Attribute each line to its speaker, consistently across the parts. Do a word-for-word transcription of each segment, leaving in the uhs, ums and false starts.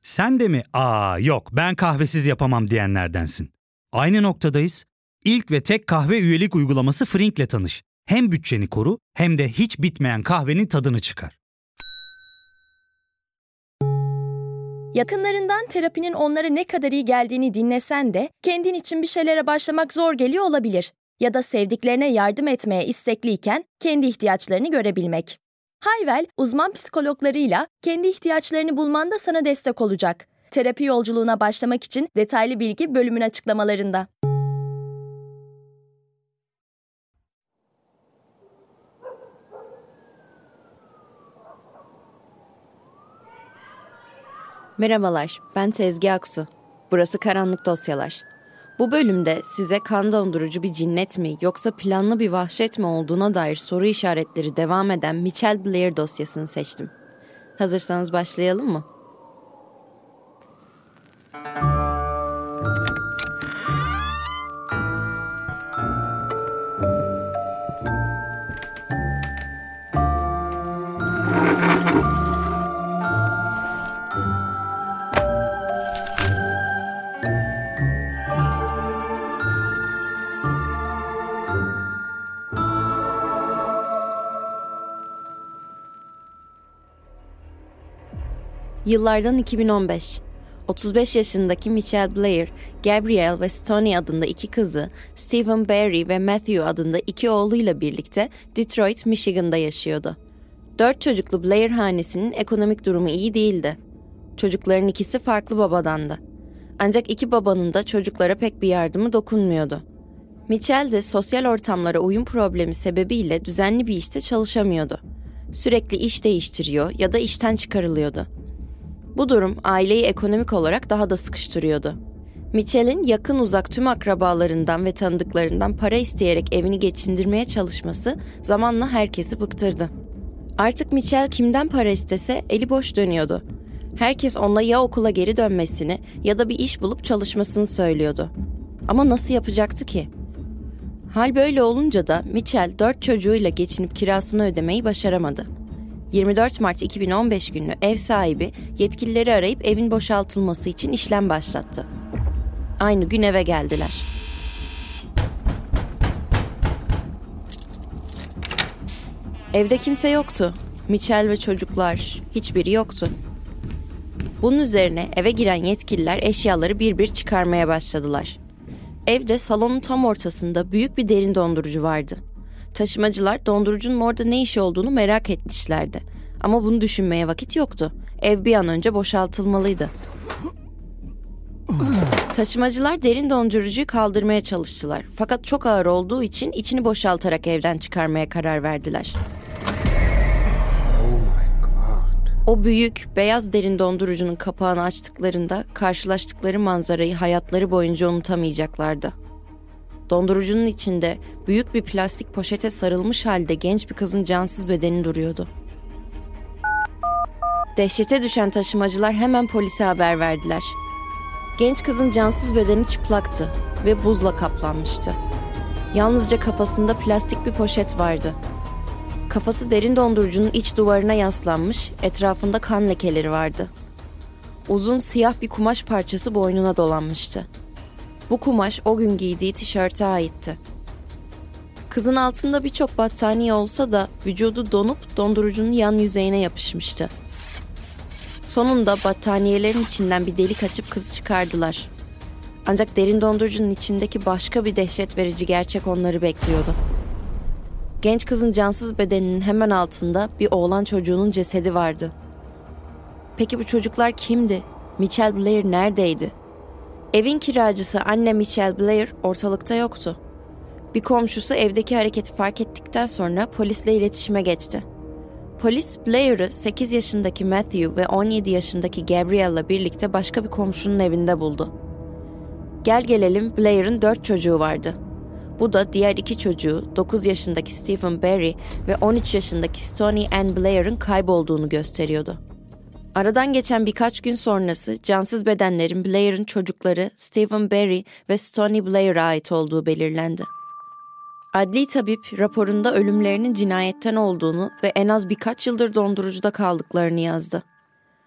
Speaker 1: Sen de mi "Aa yok ben kahvesiz yapamam" diyenlerdensin? Aynı noktadayız. İlk ve tek kahve üyelik uygulaması Frink'le tanış. Hem bütçeni koru hem de hiç bitmeyen kahvenin tadını çıkar.
Speaker 2: Yakınlarından terapinin onlara ne kadar iyi geldiğini dinlesen de kendin için bir şeylere başlamak zor geliyor olabilir. Ya da sevdiklerine yardım etmeye istekliyken kendi ihtiyaçlarını görebilmek. Hayvel, uzman psikologlarıyla kendi ihtiyaçlarını bulmanda sana destek olacak. Terapi yolculuğuna başlamak için detaylı bilgi bölümün açıklamalarında.
Speaker 3: Merhabalar, ben Sezgi Aksu. Burası Karanlık Dosyalar. Bu bölümde size kan dondurucu bir cinnet mi yoksa planlı bir vahşet mi olduğuna dair soru işaretleri devam eden Michelle Blair dosyasını seçtim. Hazırsanız başlayalım mı? Yıllardan iki bin on beş. otuz beş yaşındaki Michelle Blair, Gabrielle ve Stoney adında iki kızı, Stephen Barry ve Matthew adında iki oğluyla birlikte Detroit, Michigan'da yaşıyordu. Dört çocuklu Blair hanesinin ekonomik durumu iyi değildi. Çocukların ikisi farklı babadandı. Ancak iki babanın da çocuklara pek bir yardımı dokunmuyordu. Michelle de sosyal ortamlara uyum problemi sebebiyle düzenli bir işte çalışamıyordu. Sürekli iş değiştiriyor ya da işten çıkarılıyordu. Bu durum aileyi ekonomik olarak daha da sıkıştırıyordu. Michelle'in yakın uzak tüm akrabalarından ve tanıdıklarından para isteyerek evini geçindirmeye çalışması zamanla herkesi bıktırdı. Artık Michelle kimden para istese eli boş dönüyordu. Herkes ona ya okula geri dönmesini ya da bir iş bulup çalışmasını söylüyordu. Ama nasıl yapacaktı ki? Hal böyle olunca da Michelle dört çocuğuyla geçinip kirasını ödemeyi başaramadı. yirmi dört Mart iki bin on beş günü ev sahibi yetkilileri arayıp evin boşaltılması için işlem başlattı. Aynı gün eve geldiler. Evde kimse yoktu. Michelle ve çocuklar, hiçbiri yoktu. Bunun üzerine eve giren yetkililer eşyaları bir bir çıkarmaya başladılar. Evde salonun tam ortasında büyük bir derin dondurucu vardı. Taşımacılar dondurucunun orada ne işi olduğunu merak etmişlerdi. Ama bunu düşünmeye vakit yoktu. Ev bir an önce boşaltılmalıydı. Taşımacılar derin dondurucuyu kaldırmaya çalıştılar. Fakat çok ağır olduğu için içini boşaltarak evden çıkarmaya karar verdiler. O büyük, beyaz derin dondurucunun kapağını açtıklarında karşılaştıkları manzarayı hayatları boyunca unutamayacaklardı. Dondurucunun içinde büyük bir plastik poşete sarılmış halde genç bir kızın cansız bedeni duruyordu. Dehşete düşen taşımacılar hemen polise haber verdiler. Genç kızın cansız bedeni çıplaktı ve buzla kaplanmıştı. Yalnızca kafasında plastik bir poşet vardı. Kafası derin dondurucunun iç duvarına yaslanmış, etrafında kan lekeleri vardı. Uzun siyah bir kumaş parçası boynuna dolanmıştı. Bu kumaş o gün giydiği tişörte aitti. Kızın altında birçok battaniye olsa da vücudu donup dondurucunun yan yüzeyine yapışmıştı. Sonunda battaniyelerin içinden bir delik açıp kızı çıkardılar. Ancak derin dondurucunun içindeki başka bir dehşet verici gerçek onları bekliyordu. Genç kızın cansız bedeninin hemen altında bir oğlan çocuğunun cesedi vardı. Peki bu çocuklar kimdi? Michelle Blair neredeydi? Evin kiracısı anne Michelle Blair ortalıkta yoktu. Bir komşusu evdeki hareketi fark ettikten sonra polisle iletişime geçti. Polis Blair'ı sekiz yaşındaki Matthew ve on yedi yaşındaki Gabrielle'la birlikte başka bir komşunun evinde buldu. Gel gelelim Blair'ın dört çocuğu vardı. Bu da diğer iki çocuğu dokuz yaşındaki Stephen Barry ve on üç yaşındaki Stoney Ann Blair'ın kaybolduğunu gösteriyordu. Aradan geçen birkaç gün sonrası cansız bedenlerin Blair'ın çocukları Stephen Barry ve Stoney Blair'a ait olduğu belirlendi. Adli tabip raporunda ölümlerinin cinayetten olduğunu ve en az birkaç yıldır dondurucuda kaldıklarını yazdı.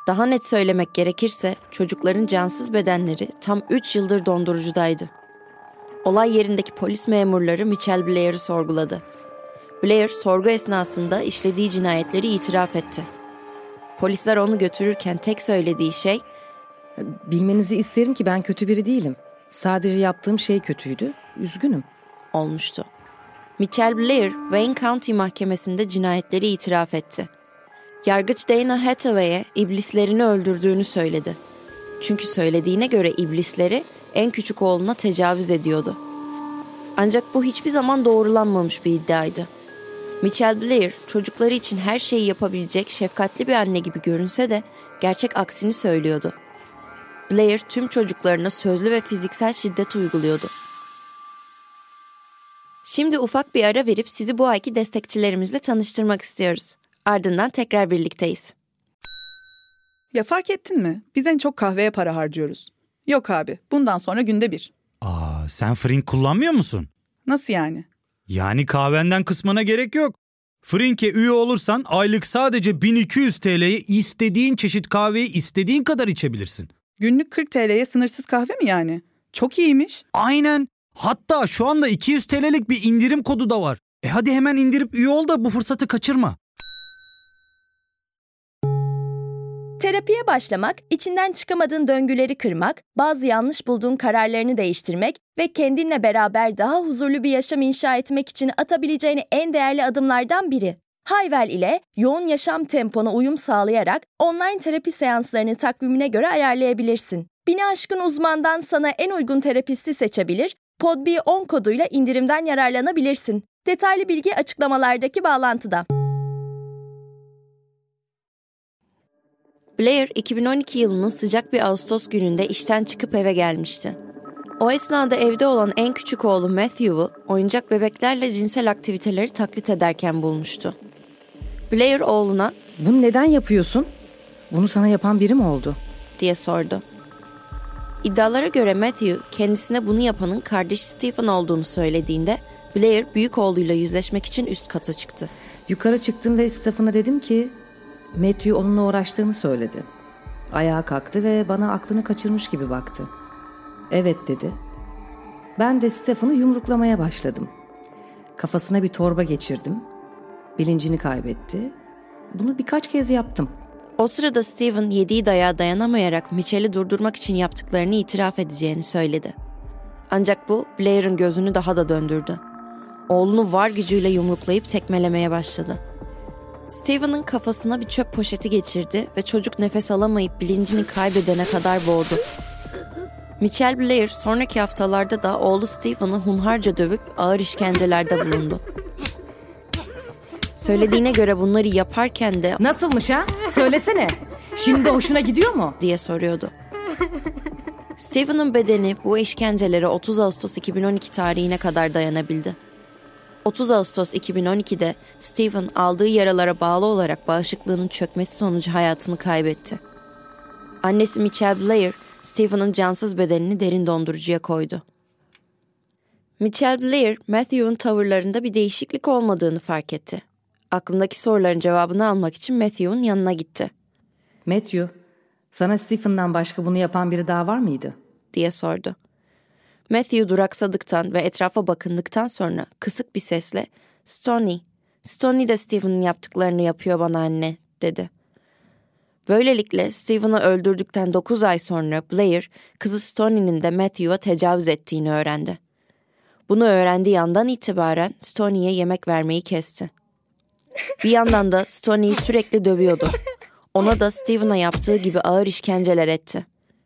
Speaker 3: Daha net söylemek gerekirse çocukların cansız bedenleri tam üç yıldır dondurucudaydı. Olay yerindeki polis memurları Michelle Blair'ı sorguladı. Blair sorgu esnasında işlediği cinayetleri itiraf etti. Polisler onu götürürken tek söylediği şey,
Speaker 4: "Bilmenizi isterim ki ben kötü biri değilim. Sadece yaptığım şey kötüydü. Üzgünüm."
Speaker 3: olmuştu. Michelle Blair, Wayne County Mahkemesi'nde cinayetleri itiraf etti. Yargıç Dana Hathaway'e iblislerini öldürdüğünü söyledi. Çünkü söylediğine göre iblisleri en küçük oğluna tecavüz ediyordu. Ancak bu hiçbir zaman doğrulanmamış bir iddiaydı. Michelle Blair, çocukları için her şeyi yapabilecek şefkatli bir anne gibi görünse de gerçek aksini söylüyordu. Blair tüm çocuklarına sözlü ve fiziksel şiddet uyguluyordu. Şimdi ufak bir ara verip sizi bu ayki destekçilerimizle tanıştırmak istiyoruz. Ardından tekrar birlikteyiz.
Speaker 5: Ya fark ettin mi? Biz en çok kahveye para harcıyoruz. Yok abi, bundan sonra günde bir.
Speaker 1: Aa, sen Frink kullanmıyor musun?
Speaker 5: Nasıl yani?
Speaker 1: Yani kahvenden kısmına gerek yok. Frink'e üye olursan aylık sadece bin iki yüz T L'ye istediğin çeşit kahveyi istediğin kadar içebilirsin.
Speaker 5: Günlük kırk T L'ye sınırsız kahve mi yani? Çok iyiymiş.
Speaker 1: Aynen. Hatta şu anda iki yüz T L'lik bir indirim kodu da var. E hadi hemen indirip üye ol da bu fırsatı kaçırma.
Speaker 2: Terapiye başlamak, içinden çıkamadığın döngüleri kırmak, bazı yanlış bulduğun kararlarını değiştirmek ve kendinle beraber daha huzurlu bir yaşam inşa etmek için atabileceğin en değerli adımlardan biri. Hayvel ile yoğun yaşam tempona uyum sağlayarak online terapi seanslarını takvimine göre ayarlayabilirsin. Bini aşkın uzmandan sana en uygun terapisti seçebilir, Podbi on koduyla indirimden yararlanabilirsin. Detaylı bilgi açıklamalardaki bağlantıda.
Speaker 3: Blair, iki bin on iki yılının sıcak bir Ağustos gününde işten çıkıp eve gelmişti. O esnada evde olan en küçük oğlu Matthew'u oyuncak bebeklerle cinsel aktiviteleri taklit ederken bulmuştu. Blair oğluna,
Speaker 4: "Bunu neden yapıyorsun? Bunu sana yapan biri mi oldu?"
Speaker 3: diye sordu. İddialara göre Matthew, kendisine bunu yapanın kardeşi Stephen olduğunu söylediğinde Blair büyük oğluyla yüzleşmek için üst kata çıktı.
Speaker 4: Yukarı çıktım ve Stephen'a dedim ki Matthew onunla uğraştığını söyledi. Ayağa kalktı ve bana aklını kaçırmış gibi baktı. "Evet," dedi. Ben de Stephen'ı yumruklamaya başladım. Kafasına bir torba geçirdim. Bilincini kaybetti. Bunu birkaç kez yaptım.
Speaker 3: O sırada Stephen yediği dayağa dayanamayarak Michelle'i durdurmak için yaptıklarını itiraf edeceğini söyledi. Ancak bu Blair'ın gözünü daha da döndürdü. Oğlunu var gücüyle yumruklayıp tekmelemeye başladı. Stephen'ın kafasına bir çöp poşeti geçirdi ve çocuk nefes alamayıp bilincini kaybedene kadar boğdu. Michelle Blair sonraki haftalarda da oğlu Stephen'ı hunharca dövüp ağır işkencelerde bulundu. Söylediğine göre bunları yaparken de
Speaker 4: "Nasılmış ha? Söylesene. Şimdi hoşuna gidiyor mu?"
Speaker 3: diye soruyordu. Stephen'ın bedeni bu işkencelere otuz Ağustos iki bin on iki tarihine kadar dayanabildi. otuz Ağustos iki bin on iki'de Stephen aldığı yaralara bağlı olarak bağışıklığının çökmesi sonucu hayatını kaybetti. Annesi Michelle Blair, Stephen'ın cansız bedenini derin dondurucuya koydu. Michelle Blair, Matthew'un tavırlarında bir değişiklik olmadığını fark etti. Aklındaki soruların cevabını almak için Matthew'un yanına gitti.
Speaker 4: "Matthew, sana Stephen'dan başka bunu yapan biri daha var mıydı?"
Speaker 3: diye sordu. Matthew duraksadıktan ve etrafa bakındıktan sonra kısık bir sesle "Stoney, Stoney de Stephen'ın yaptıklarını yapıyor bana anne," dedi. Böylelikle Stephen'ı öldürdükten dokuz ay sonra Blair, kızı Stoney'nin de Matthew'a tecavüz ettiğini öğrendi. Bunu öğrendiği andan itibaren Stoney'e yemek vermeyi kesti. Bir yandan da Stoney'i sürekli dövüyordu. Ona da Stephen'a yaptığı gibi ağır işkenceler etti.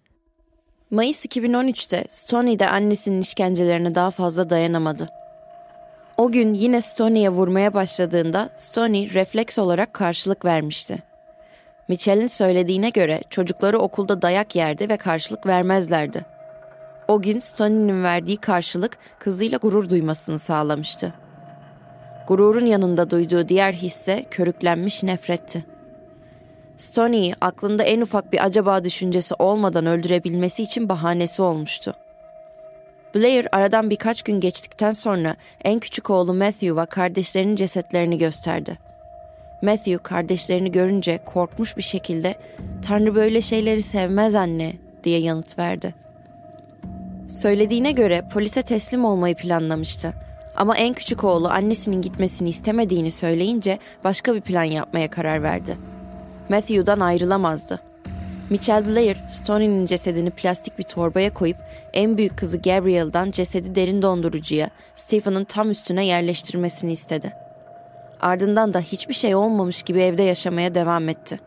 Speaker 3: Mayıs iki bin on üç'te Stoney de annesinin işkencelerine daha fazla dayanamadı. O gün yine Stoney'e vurmaya başladığında Stoney refleks olarak karşılık vermişti. Michelle'in söylediğine göre çocukları okulda dayak yerdi ve karşılık vermezlerdi. O gün Stoney'nin verdiği karşılık kızıyla gurur duymasını sağlamıştı. Gururun yanında duyduğu diğer hisse körüklenmiş nefretti. Stoney'i aklında en ufak bir acaba düşüncesi olmadan öldürebilmesi için bahanesi olmuştu. Blair aradan birkaç gün geçtikten sonra en küçük oğlu Matthew'a kardeşlerinin cesetlerini gösterdi. Matthew kardeşlerini görünce korkmuş bir şekilde "Tanrı böyle şeyleri sevmez anne" diye yanıt verdi. Söylediğine göre polise teslim olmayı planlamıştı. Ama en küçük oğlu annesinin gitmesini istemediğini söyleyince başka bir plan yapmaya karar verdi. Matthew'dan ayrılamazdı. Michelle Blair, Stoney'nin cesedini plastik bir torbaya koyup en büyük kızı Gabrielle'dan cesedi derin dondurucuya, Stephen'ın tam üstüne yerleştirmesini istedi. Ardından da hiçbir şey olmamış gibi evde yaşamaya devam etti.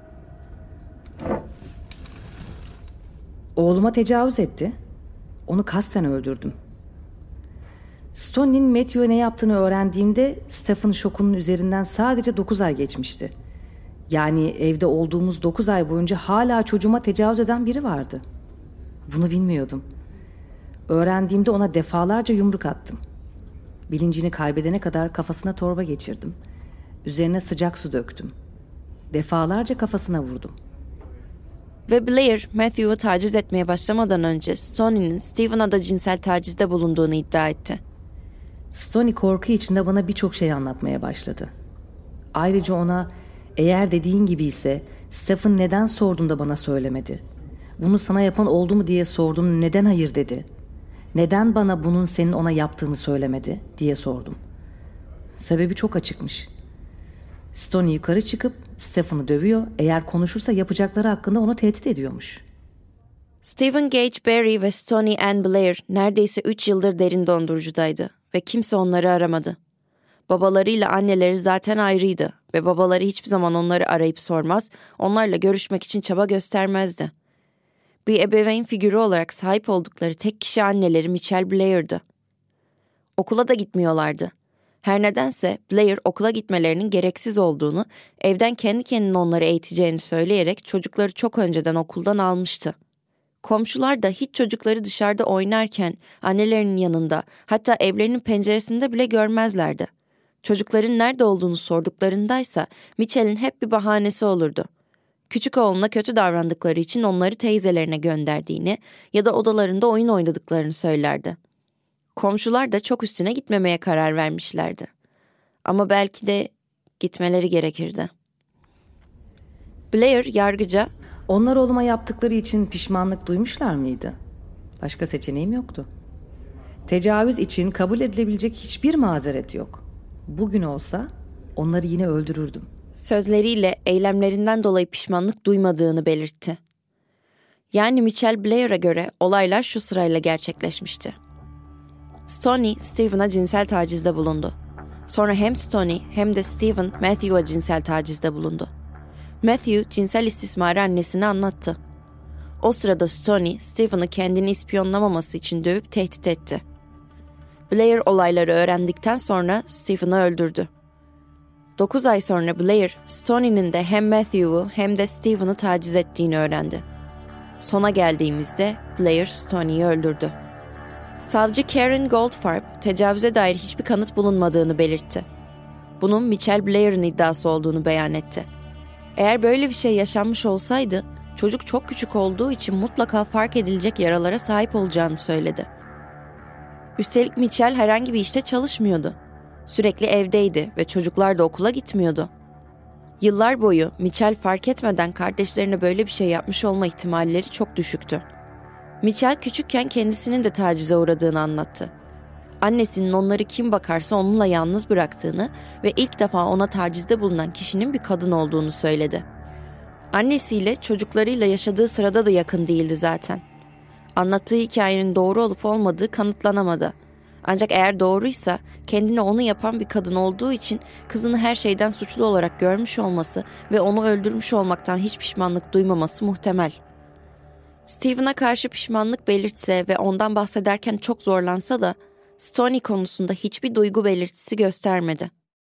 Speaker 4: Oğluma tecavüz etti. Onu kasten öldürdüm. Stoney'nin Matthew'e ne yaptığını öğrendiğimde Stephen şokunun üzerinden sadece dokuz ay geçmişti. Yani evde olduğumuz dokuz ay boyunca hala çocuğuma tecavüz eden biri vardı. Bunu bilmiyordum. Öğrendiğimde ona defalarca yumruk attım. Bilincini kaybedene kadar kafasına torba geçirdim. Üzerine sıcak su döktüm. Defalarca kafasına vurdum.
Speaker 3: Ve Blair, Matthew'u taciz etmeye başlamadan önce Stoney'nin Stephen'a da cinsel tacizde bulunduğunu iddia etti.
Speaker 4: Stoney korku içinde bana birçok şey anlatmaya başladı. Ayrıca ona "Eğer dediğin gibi ise Stephen neden sordun da bana söylemedi? Bunu sana yapan oldu mu diye sordum, neden hayır dedi? Neden bana bunun senin ona yaptığını söylemedi?" diye sordum. Sebebi çok açıkmış. Stoney yukarı çıkıp Stephen'ı dövüyor, eğer konuşursa yapacakları hakkında onu tehdit ediyormuş.
Speaker 3: Stephen Gage Barry ve Stoney Ann Blair neredeyse üç yıldır derin dondurucudaydı ve kimse onları aramadı. Babalarıyla anneleri zaten ayrıydı ve babaları hiçbir zaman onları arayıp sormaz, onlarla görüşmek için çaba göstermezdi. Bir ebeveyn figürü olarak sahip oldukları tek kişi anneleri Michelle Blair'dı. Okula da gitmiyorlardı. Her nedense Blair okula gitmelerinin gereksiz olduğunu, evden kendi kendine onları eğiteceğini söyleyerek çocukları çok önceden okuldan almıştı. Komşular da hiç çocukları dışarıda oynarken annelerinin yanında, hatta evlerinin penceresinde bile görmezlerdi. Çocukların nerede olduğunu sorduklarındaysa Michelle'in hep bir bahanesi olurdu. Küçük oğluna kötü davrandıkları için onları teyzelerine gönderdiğini ya da odalarında oyun oynadıklarını söylerdi. Komşular da çok üstüne gitmemeye karar vermişlerdi. Ama belki de gitmeleri gerekirdi. Blair yargıca,
Speaker 4: "Onlar oğluma yaptıkları için pişmanlık duymuşlar mıydı? Başka seçeneğim yoktu. Tecavüz için kabul edilebilecek hiçbir mazeret yok. Bugün olsa onları yine öldürürdüm."
Speaker 3: sözleriyle eylemlerinden dolayı pişmanlık duymadığını belirtti. Yani Michelle Blair'a göre olaylar şu sırayla gerçekleşmişti. Stoney, Stephen'a cinsel tacizde bulundu. Sonra hem Stoney hem de Stephen, Matthew'a cinsel tacizde bulundu. Matthew, cinsel istismarı annesine anlattı. O sırada Stoney, Stephen'ı kendini ispiyonlamaması için dövüp tehdit etti. Blair olayları öğrendikten sonra Stephen'ı öldürdü. Dokuz ay sonra Blair, Stoney'nin de hem Matthew'u hem de Stephen'ı taciz ettiğini öğrendi. Sona geldiğimizde Blair, Stoney'i öldürdü. Savcı Karen Goldfarb, tecavüze dair hiçbir kanıt bulunmadığını belirtti. Bunun Michelle Blair'ın iddiası olduğunu beyan etti. Eğer böyle bir şey yaşanmış olsaydı, çocuk çok küçük olduğu için mutlaka fark edilecek yaralara sahip olacağını söyledi. Üstelik Michelle herhangi bir işte çalışmıyordu. Sürekli evdeydi ve çocuklar da okula gitmiyordu. Yıllar boyu Michelle fark etmeden kardeşlerine böyle bir şey yapmış olma ihtimalleri çok düşüktü. Michelle küçükken kendisinin de tacize uğradığını anlattı. Annesinin onları kim bakarsa onunla yalnız bıraktığını ve ilk defa ona tacizde bulunan kişinin bir kadın olduğunu söyledi. Annesiyle çocuklarıyla yaşadığı sırada da yakın değildi zaten. Anlattığı hikayenin doğru olup olmadığı kanıtlanamadı. Ancak eğer doğruysa kendine onu yapan bir kadın olduğu için kızını her şeyden suçlu olarak görmüş olması ve onu öldürmüş olmaktan hiç pişmanlık duymaması muhtemel. Stephen'a karşı pişmanlık belirtse ve ondan bahsederken çok zorlansa da Stoney konusunda hiçbir duygu belirtisi göstermedi.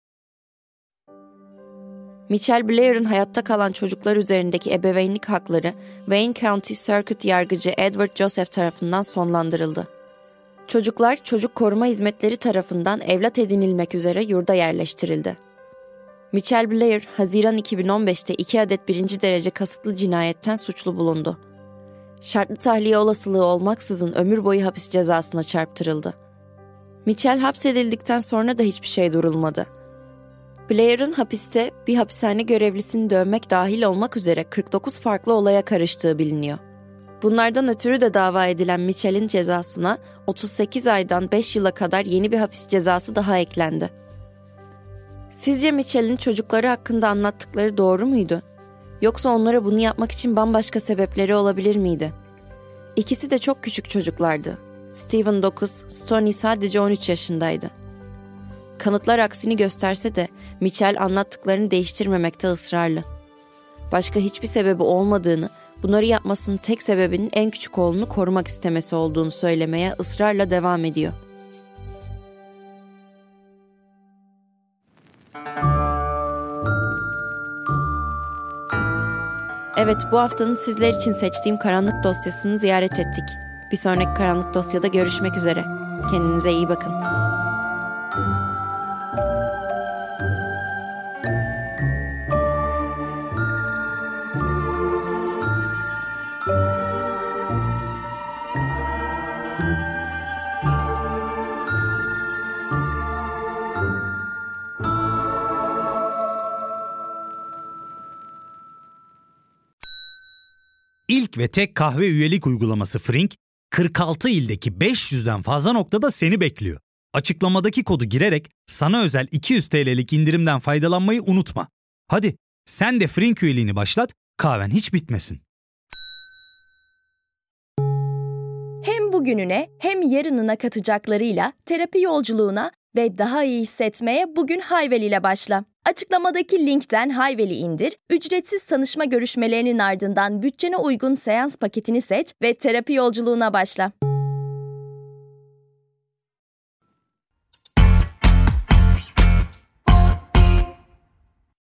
Speaker 3: Michelle Blair'ın hayatta kalan çocuklar üzerindeki ebeveynlik hakları Wayne County Circuit yargıcı Edward Joseph tarafından sonlandırıldı. Çocuklar çocuk koruma hizmetleri tarafından evlat edinilmek üzere yurda yerleştirildi. Michelle Blair, Haziran iki bin on beşte iki adet birinci derece kasıtlı cinayetten suçlu bulundu. Şartlı tahliye olasılığı olmaksızın ömür boyu hapis cezasına çarptırıldı. Michelle hapsedildikten sonra da hiçbir şey durulmadı. Blair'ın hapiste bir hapishane görevlisini dövmek dahil olmak üzere kırk dokuz farklı olaya karıştığı biliniyor. Bunlardan ötürü de dava edilen Mitchell'in cezasına otuz sekiz aydan beş yıla kadar yeni bir hapis cezası daha eklendi. Sizce Mitchell'in çocukları hakkında anlattıkları doğru muydu? Yoksa onlara bunu yapmak için bambaşka sebepleri olabilir miydi? İkisi de çok küçük çocuklardı. Stephen dokuz, Stoney sadece on üç yaşındaydı. Kanıtlar aksini gösterse de Mitchell anlattıklarını değiştirmemekte ısrarlı. Başka hiçbir sebebi olmadığını, bunları yapmasının tek sebebinin en küçük oğlunu korumak istemesi olduğunu söylemeye ısrarla devam ediyor. Evet, bu haftanın sizler için seçtiğim karanlık dosyasını ziyaret ettik. Bir sonraki karanlık dosyada görüşmek üzere. Kendinize iyi bakın.
Speaker 1: İlk ve tek kahve üyelik uygulaması Frink, kırk altı ildeki beş yüzden fazla noktada seni bekliyor. Açıklamadaki kodu girerek sana özel iki yüz TL'lik indirimden faydalanmayı unutma. Hadi sen de Frink üyeliğini başlat, kahven hiç bitmesin.
Speaker 2: Hem bugününe hem yarınına katacaklarıyla terapi yolculuğuna ve daha iyi hissetmeye bugün Hayvel ile başla. Açıklamadaki linkten Hayvel'i indir, ücretsiz tanışma görüşmelerinin ardından bütçene uygun seans paketini seç ve terapi yolculuğuna başla.